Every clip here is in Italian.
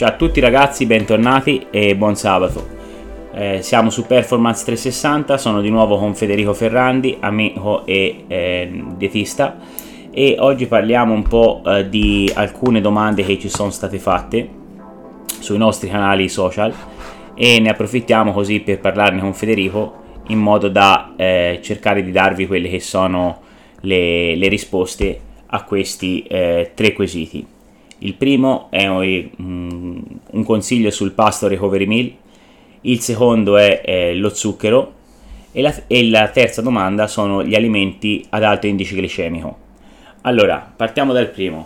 Ciao a tutti ragazzi, bentornati e buon sabato. Siamo su Performance 360, sono di nuovo con Federico Ferrandi, amico e dietista, e oggi parliamo un po' di alcune domande che ci sono state fatte sui nostri canali social e ne approfittiamo così per parlarne con Federico in modo da cercare di darvi quelle che sono le risposte a questi tre quesiti. Il primo è un consiglio sul pasto recovery meal, il secondo è lo zucchero e la terza domanda sono gli alimenti ad alto indice glicemico. Allora, partiamo dal primo.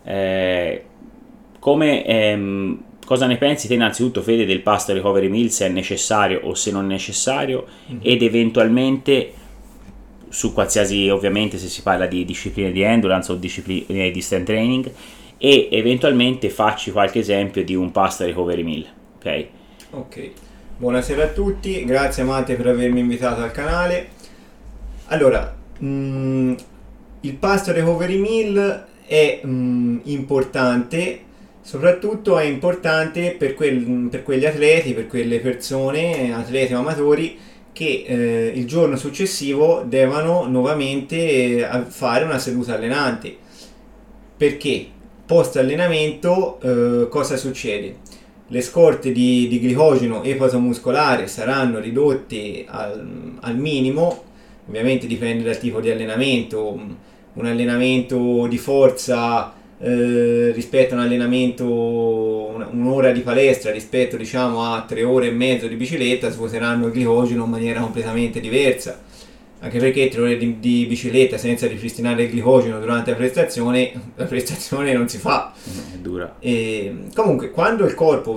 Cosa ne pensi te innanzitutto, Fede, del pasto recovery meal, se è necessario o se non è necessario, ed eventualmente su qualsiasi, ovviamente se si parla di discipline di endurance o discipline di strength training, e eventualmente facci qualche esempio di un pasto recovery meal. Ok, buonasera a tutti, grazie Matte per avermi invitato al canale. Allora, il pasto recovery meal è importante, soprattutto è importante per quegli atleti, per quelle persone, atleti o amatori, che il giorno successivo devono nuovamente fare una seduta allenante. Perché post allenamento cosa succede? Le scorte di glicogeno epatomuscolare saranno ridotte al minimo, ovviamente dipende dal tipo di allenamento. Un allenamento di forza rispetto a un allenamento, un'ora di palestra rispetto diciamo a 3 ore e mezzo di bicicletta svuoteranno il glicogeno in maniera completamente diversa, anche perché 3 ore di bicicletta senza ripristinare il glicogeno durante la prestazione non si fa, è dura. Comunque quando il corpo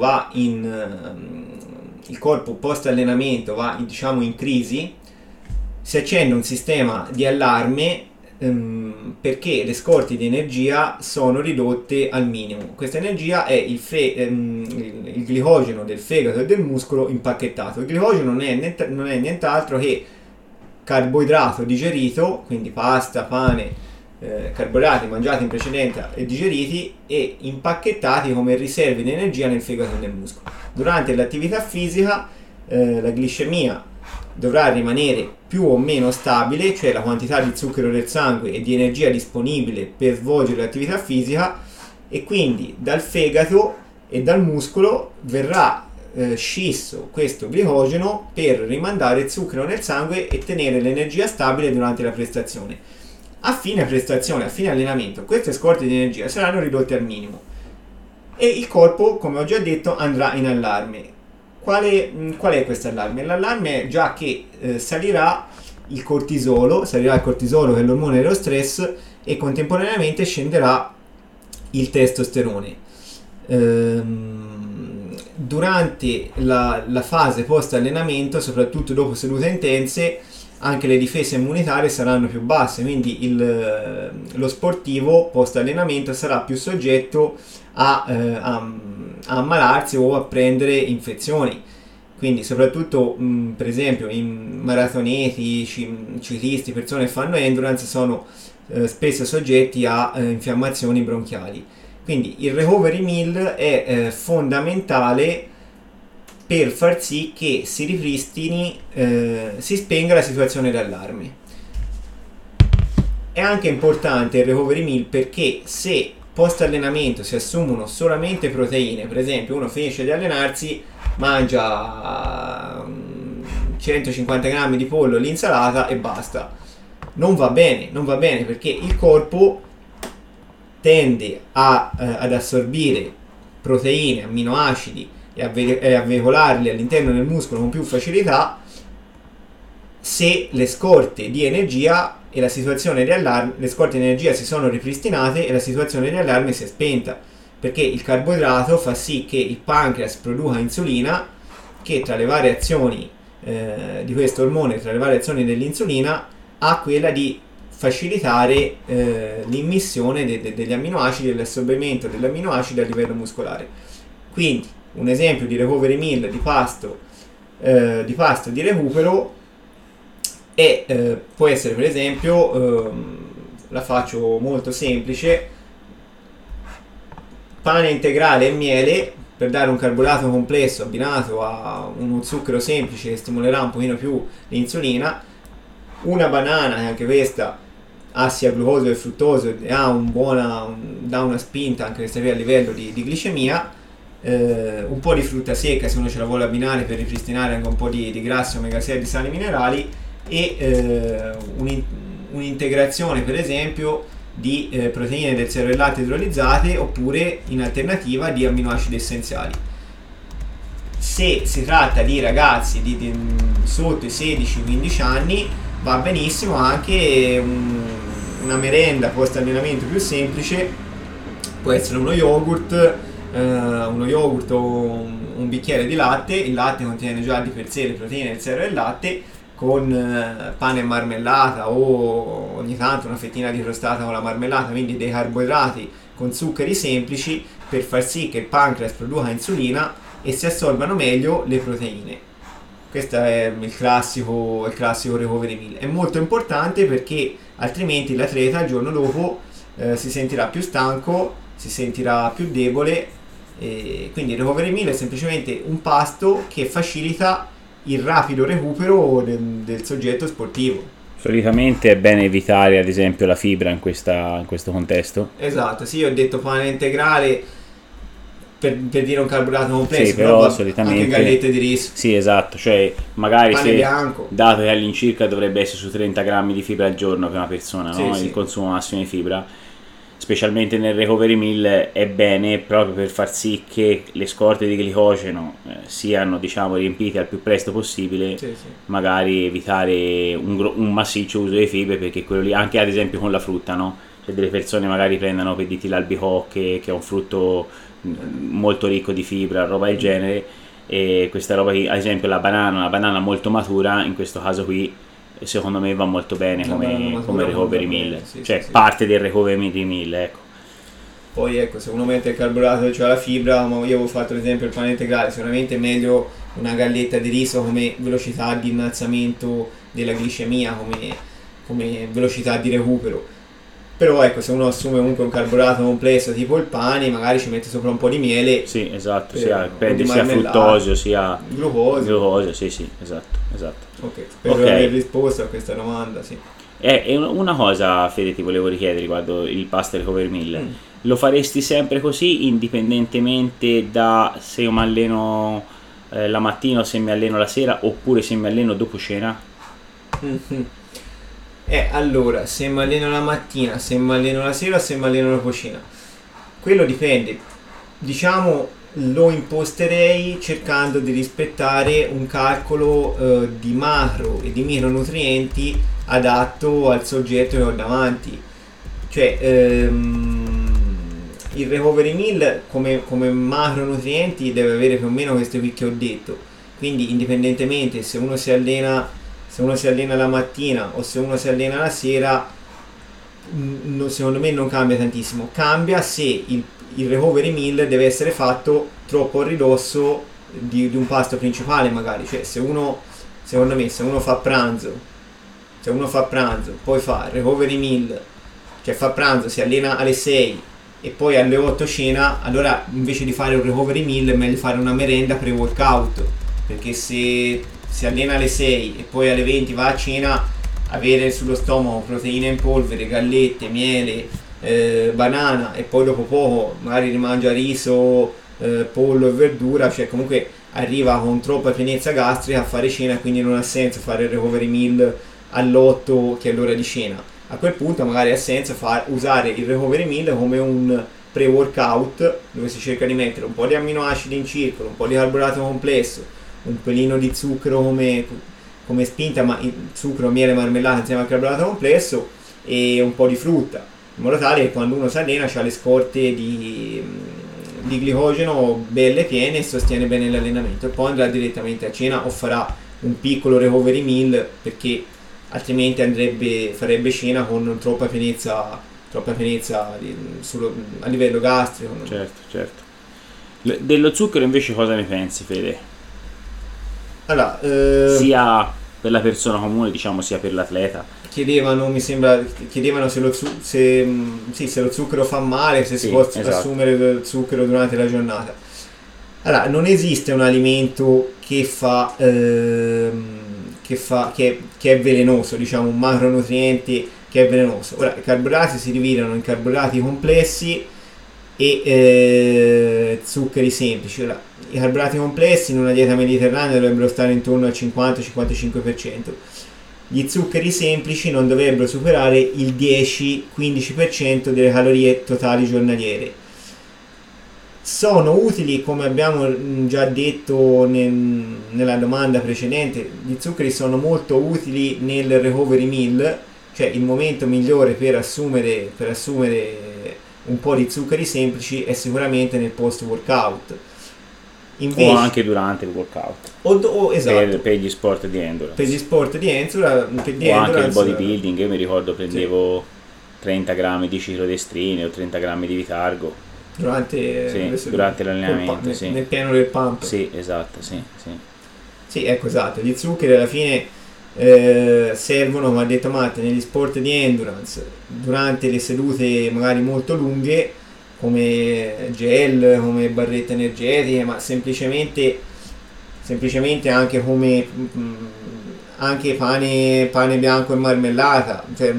il corpo post allenamento va diciamo in crisi, si accende un sistema di allarme perché le scorte di energia sono ridotte al minimo. Questa energia è il glicogeno del fegato e del muscolo impacchettato. Il glicogeno non è nient'altro che carboidrato digerito, quindi pasta, pane, carboidrati mangiati in precedenza e digeriti e impacchettati come riserve di energia nel fegato e nel muscolo. Durante l'attività fisica la glicemia dovrà rimanere più o meno stabile, cioè la quantità di zucchero nel sangue e di energia disponibile per svolgere l'attività fisica, e quindi dal fegato e dal muscolo verrà scisso questo glicogeno per rimandare il zucchero nel sangue e tenere l'energia stabile durante la prestazione. A fine prestazione, a fine allenamento, queste scorte di energia saranno ridotte al minimo e il corpo, come ho già detto, andrà in allarme. Qual è questo allarme? L'allarme è già che salirà il cortisolo che è l'ormone dello stress, e contemporaneamente scenderà il testosterone. Durante la fase post allenamento, soprattutto dopo sedute intense, anche le difese immunitarie saranno più basse, quindi lo sportivo post allenamento sarà più soggetto a ammalarsi o a prendere infezioni. Quindi soprattutto per esempio in maratoneti, ciclisti, persone che fanno endurance sono spesso soggetti a infiammazioni bronchiali. Quindi il recovery meal è fondamentale per far sì che si ripristina, si spenga la situazione d'allarme. È anche importante il recovery meal perché se post allenamento si assumono solamente proteine, per esempio uno finisce di allenarsi, mangia 150 grammi di pollo e l'insalata e basta, non va bene perché il corpo tende ad assorbire proteine, amminoacidi e a veicolarli all'interno del muscolo con più facilità se le scorte di energia e la situazione di allarme, le scorte di energia si sono ripristinate e la situazione di allarme si è spenta, perché il carboidrato fa sì che il pancreas produca insulina, che tra le varie azioni di questo ormone, tra le varie azioni dell'insulina, ha quella di facilitare l'immissione degli amminoacidi e l'assorbimento degli amminoacidi a livello muscolare. Quindi un esempio di recovery meal, di pasto di recupero può essere, per esempio, la faccio molto semplice: pane integrale e miele per dare un carboidrato complesso abbinato a uno zucchero semplice che stimolerà un pochino più l'insulina. Una banana, che anche questa ha sia glucosio che fruttoso e ha dà una spinta anche questa qui a livello di glicemia. Un po' di frutta secca se uno ce la vuole abbinare per ripristinare anche un po' di grassi omega 6 e di sali minerali, e un'integrazione per esempio di proteine del sero e latte idrolizzate, oppure in alternativa di amminoacidi essenziali. Se si tratta di ragazzi di sotto i 16-15 anni, va benissimo anche una merenda post allenamento più semplice, può essere uno yogurt o un bicchiere di latte. Il latte contiene già di per sé le proteine del sero del latte, con pane e marmellata, o ogni tanto una fettina di crostata con la marmellata, quindi dei carboidrati con zuccheri semplici, per far sì che il pancreas produca insulina e si assorbano meglio le proteine. Questo è il classico recovery meal. È molto importante perché altrimenti l'atleta il giorno dopo si sentirà più stanco, si sentirà più debole, e quindi il recovery meal è semplicemente un pasto che facilita il rapido recupero del soggetto sportivo. Solitamente è bene evitare ad esempio la fibra in questo contesto. Esatto, sì, ho detto pane integrale per dire un carboidrato complesso, sì, però solitamente anche gallette di riso. Sì, esatto, cioè magari pane bianco, dato che all'incirca dovrebbe essere su 30 grammi di fibra al giorno per una persona, sì, no? sì. Il consumo massimo di fibra, specialmente nel recovery meal, è bene proprio per far sì che le scorte di glicogeno siano, diciamo, riempite al più presto possibile. Sì, sì. Magari evitare un massiccio uso di fibre, perché quello lì, anche ad esempio con la frutta, no? Cioè delle persone magari prendono per dirti l'albicocche, che è un frutto molto ricco di fibra, roba del genere, e questa roba qui, ad esempio una banana molto matura, in questo caso qui secondo me va molto bene come recovery meal, sì, cioè sì, parte del recovery meal, ecco. Poi ecco, se uno mette il carboidrato, cioè la fibra, ma io avevo fatto ad esempio il pane integrale, sicuramente è meglio una galletta di riso come velocità di innalzamento della glicemia, come velocità di recupero. Però ecco, se uno assume comunque un carboidrato complesso tipo il pane, magari ci mette sopra un po' di miele. Sì, esatto, prende sia fruttosio sia glucosio. Sì, esatto. Ok, spero di aver risposto a questa domanda, sì. E una cosa, Fede, ti volevo richiedere riguardo il pasta recovery meal. Lo faresti sempre così, indipendentemente da se io mi alleno la mattina o se mi alleno la sera, oppure se mi alleno dopo cena? Allora, se mi alleno la mattina, se mi alleno la sera, se mi alleno dopo cena, quello dipende. Diciamo, lo imposterei cercando di rispettare un calcolo di macro e di micronutrienti adatto al soggetto che ho davanti. Cioè, il recovery meal come macronutrienti deve avere più o meno queste qui che ho detto. Quindi, indipendentemente se uno si allena la mattina o se uno si allena la sera, secondo me non cambia tantissimo. Cambia se il recovery meal deve essere fatto troppo a ridosso di un pasto principale, magari. Cioè, secondo me, se uno fa pranzo, poi fa il recovery meal, cioè fa pranzo, si allena alle 6 e poi alle 8 cena, allora invece di fare un recovery meal è meglio fare una merenda pre-workout, perché se si allena alle 6 e poi alle 20 va a cena, avere sullo stomaco proteine in polvere, gallette, miele, banana, e poi dopo poco magari rimangia riso, pollo e verdura, cioè comunque arriva con troppa pienezza gastrica a fare cena, quindi non ha senso fare il recovery meal all'8 che è l'ora di cena. A quel punto magari ha senso usare il recovery meal come un pre-workout, dove si cerca di mettere un po' di amminoacidi in circolo, un po' di carboidrato complesso, un pelino di zucchero come spinta, ma zucchero, miele, marmellata insieme al carboidrato complesso, e un po' di frutta, in modo tale che quando uno si allena c'ha le scorte di glicogeno belle piene e sostiene bene l'allenamento, e poi andrà direttamente a cena o farà un piccolo recovery meal, perché altrimenti farebbe cena con troppa pienezza a livello gastrico. Certo. Dello zucchero invece cosa ne pensi, Fede? Allora, sia per la persona comune, diciamo, sia per l'atleta. Chiedevano se lo zucchero fa male, se si può assumere del zucchero durante la giornata. Allora, non esiste un alimento che è velenoso, diciamo un macronutriente che è velenoso. Ora, i carboidrati si dividono in carboidrati complessi e zuccheri semplici. Ora, i carboidrati complessi in una dieta mediterranea dovrebbero stare intorno al 50-55%. Gli zuccheri semplici non dovrebbero superare il 10-15% delle calorie totali giornaliere. Sono utili, come abbiamo già detto nella domanda precedente, gli zuccheri sono molto utili nel recovery meal, cioè il momento migliore per assumere un po' di zuccheri semplici è sicuramente nel post workout. Invece, o anche durante il workout, esatto, per gli sport di endurance, per gli sport di endurance o anche il bodybuilding. Io mi ricordo prendevo 30 grammi di ciclodestrine o 30 grammi di Vitargo durante l'allenamento, nel pieno del pump. Sì, esatto, sì, ecco, esatto. Gli zuccheri alla fine servono, come ha detto Matte, negli sport di endurance durante le sedute magari molto lunghe, come gel, come barrette energetiche, ma semplicemente anche come anche pane bianco e marmellata, cioè,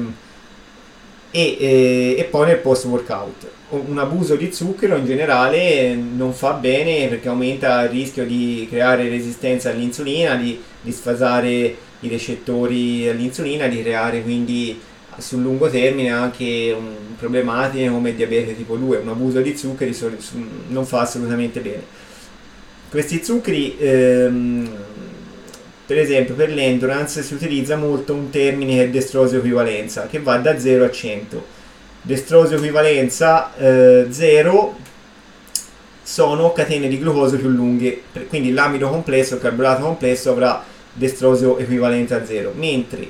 e poi nel post workout. Un abuso di zucchero in generale non fa bene, perché aumenta il rischio di creare resistenza all'insulina, di sfasare i recettori all'insulina, di creare quindi sul lungo termine anche problematiche come diabete tipo 2. Un abuso di zuccheri non fa assolutamente bene. Questi zuccheri, per esempio per l'endurance si utilizza molto un termine che è destrosio equivalenza, che va da 0 a 100. Destrosio equivalenza 0 sono catene di glucosio più lunghe, quindi l'amido complesso, il carboidrato complesso avrà destrosio equivalenza 0, mentre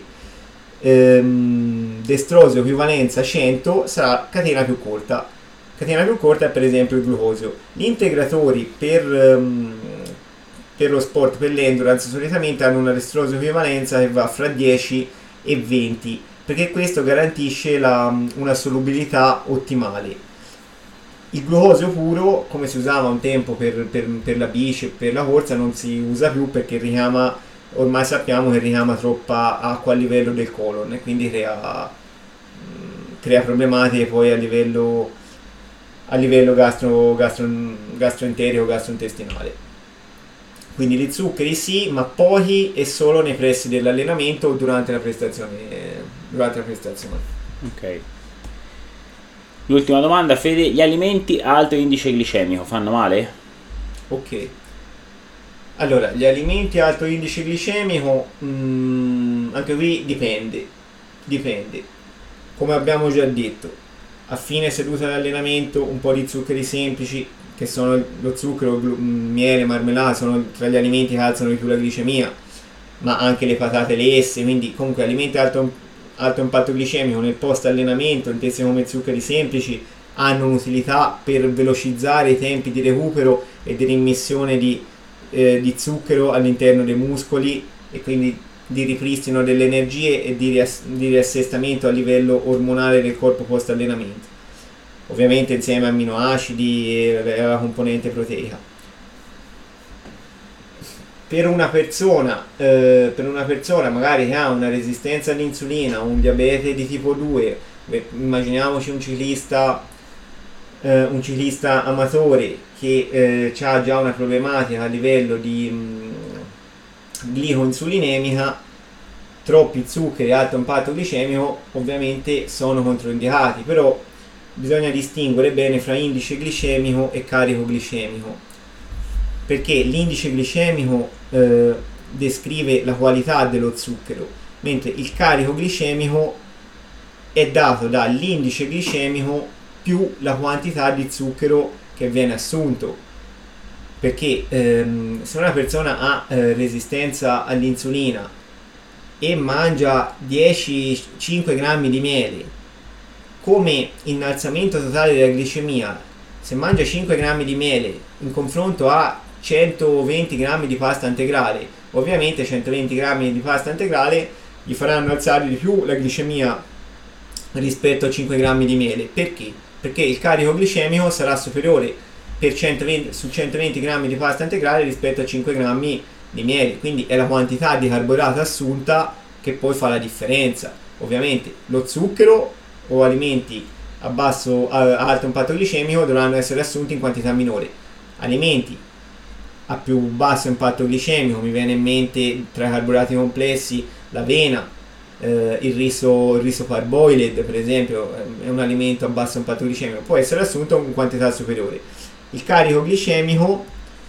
destrosio equivalenza 100 sarà catena più corta. Catena più corta è per esempio il glucosio. Gli integratori per lo sport, per l'endurance, solitamente hanno una destrosio equivalenza che va fra 10 e 20, perché questo garantisce una solubilità ottimale. Il glucosio puro, come si usava un tempo per la bici e per la corsa, non si usa più perché ormai sappiamo che richiama troppa acqua a livello del colon e quindi crea problematiche poi a livello gastroenterico, gastrointestinale. Quindi gli zuccheri sì, ma pochi e solo nei pressi dell'allenamento o durante la prestazione. Ok. L'ultima domanda, Fede: gli alimenti a alto indice glicemico fanno male? Ok. Allora, gli alimenti a alto indice glicemico, anche qui dipende. Come abbiamo già detto, a fine seduta di allenamento un po' di zuccheri semplici, che sono lo zucchero, miele, marmellata, sono tra gli alimenti che alzano di più la glicemia, ma anche le patate lesse, quindi comunque alimenti a alto impatto glicemico nel post allenamento, intesi come zuccheri semplici, hanno un'utilità per velocizzare i tempi di recupero e di rimmissione di zucchero all'interno dei muscoli e quindi di ripristino delle energie e di riassestamento a livello ormonale del corpo post allenamento, ovviamente insieme a amminoacidi e alla componente proteica. Per una persona magari che ha una resistenza all'insulina, un diabete di tipo 2, immaginiamoci un ciclista amatore che ha già una problematica a livello di glicoinsulinemica, troppi zuccheri, alto impatto glicemico ovviamente sono controindicati, però bisogna distinguere bene fra indice glicemico e carico glicemico, perché l'indice glicemico descrive la qualità dello zucchero, mentre il carico glicemico è dato dall'indice glicemico più la quantità di zucchero che viene assunto. Perché se una persona ha resistenza all'insulina e mangia 10-5 grammi di miele, come innalzamento totale della glicemia, se mangia 5 grammi di miele in confronto a 120 grammi di pasta integrale, ovviamente 120 grammi di pasta integrale gli faranno alzare di più la glicemia rispetto a 5 grammi di miele. Perché? Perché il carico glicemico sarà superiore per 120, su 120 grammi di pasta integrale rispetto a 5 grammi di miele, quindi è la quantità di carboidrato assunta che poi fa la differenza. Ovviamente lo zucchero o alimenti a alto impatto glicemico dovranno essere assunti in quantità minore. Alimenti a più basso impatto glicemico, mi viene in mente tra i carboidrati complessi l'avena, il riso parboiled per esempio, è un alimento a basso impatto glicemico, può essere assunto in quantità superiore. Il carico glicemico,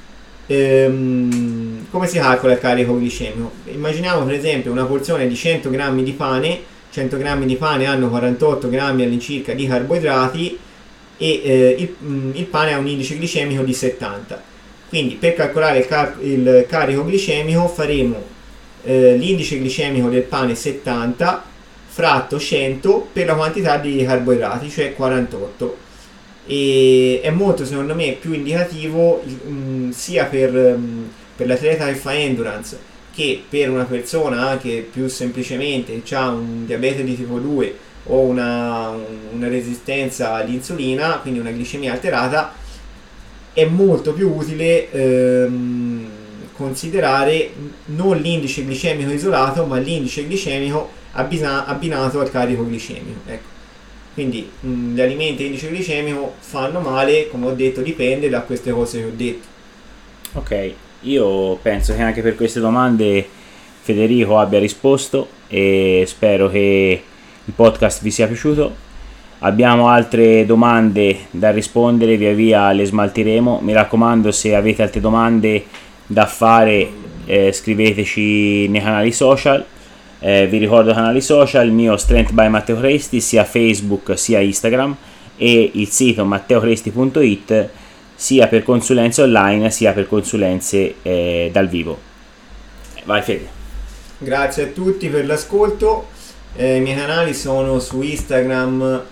come si calcola il carico glicemico? Immaginiamo per esempio una porzione di 100 grammi di pane. 100 grammi di pane hanno 48 grammi all'incirca di carboidrati e il pane ha un indice glicemico di 70. Quindi per calcolare il carico glicemico faremo l'indice glicemico del pane 70 fratto 100 per la quantità di carboidrati, cioè 48. E è molto, secondo me, più indicativo sia per l'atleta che fa endurance che per una persona anche più semplicemente che ha un diabete di tipo 2 o una resistenza all'insulina, quindi una glicemia alterata. È molto più utile considerare non l'indice glicemico isolato, ma l'indice glicemico abbinato al carico glicemico. Ecco. Quindi gli alimenti a indice glicemico fanno male, come ho detto, dipende da queste cose che ho detto. Ok, io penso che anche per queste domande Federico abbia risposto e spero che il podcast vi sia piaciuto. Abbiamo altre domande da rispondere, via via le smaltiremo. Mi raccomando, se avete altre domande da fare scriveteci nei canali social. Vi ricordo i canali social: il mio Strength by Matteo Cresti sia Facebook sia Instagram, e il sito matteocresti.it sia per consulenze online sia per consulenze dal vivo. Vai Fede. Grazie a tutti per l'ascolto. I miei canali sono su Instagram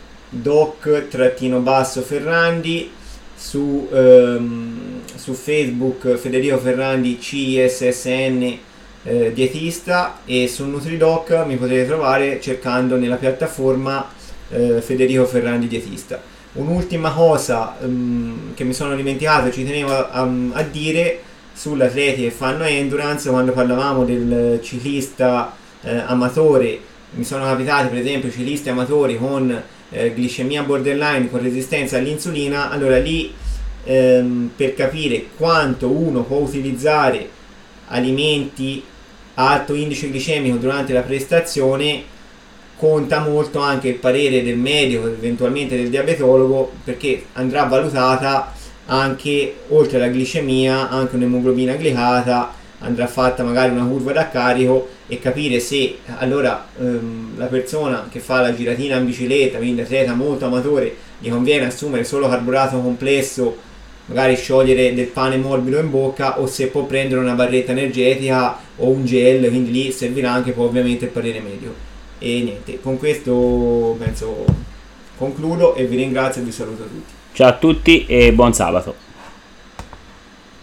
doc-ferrandi, su Facebook Federico Ferrandi CISSN dietista, e su Nutridoc mi potete trovare cercando nella piattaforma Federico Ferrandi dietista. Un'ultima cosa che mi sono dimenticato, ci tenevo a dire sulle atleti che fanno endurance. Quando parlavamo del ciclista amatore, mi sono capitati per esempio ciclisti amatori con glicemia borderline, con resistenza all'insulina. Allora lì per capire quanto uno può utilizzare alimenti a alto indice glicemico durante la prestazione, conta molto anche il parere del medico, eventualmente del diabetologo, perché andrà valutata anche, oltre alla glicemia, anche un'emoglobina glicata, andrà fatta magari una curva da carico e capire se allora la persona che fa la giratina in bicicletta, quindi atleta molto amatore, gli conviene assumere solo carboidrato complesso, magari sciogliere del pane morbido in bocca, o se può prendere una barretta energetica o un gel, quindi lì servirà anche poi ovviamente il parere medico. E niente, con questo penso concludo e vi ringrazio e vi saluto tutti. Ciao a tutti e buon sabato.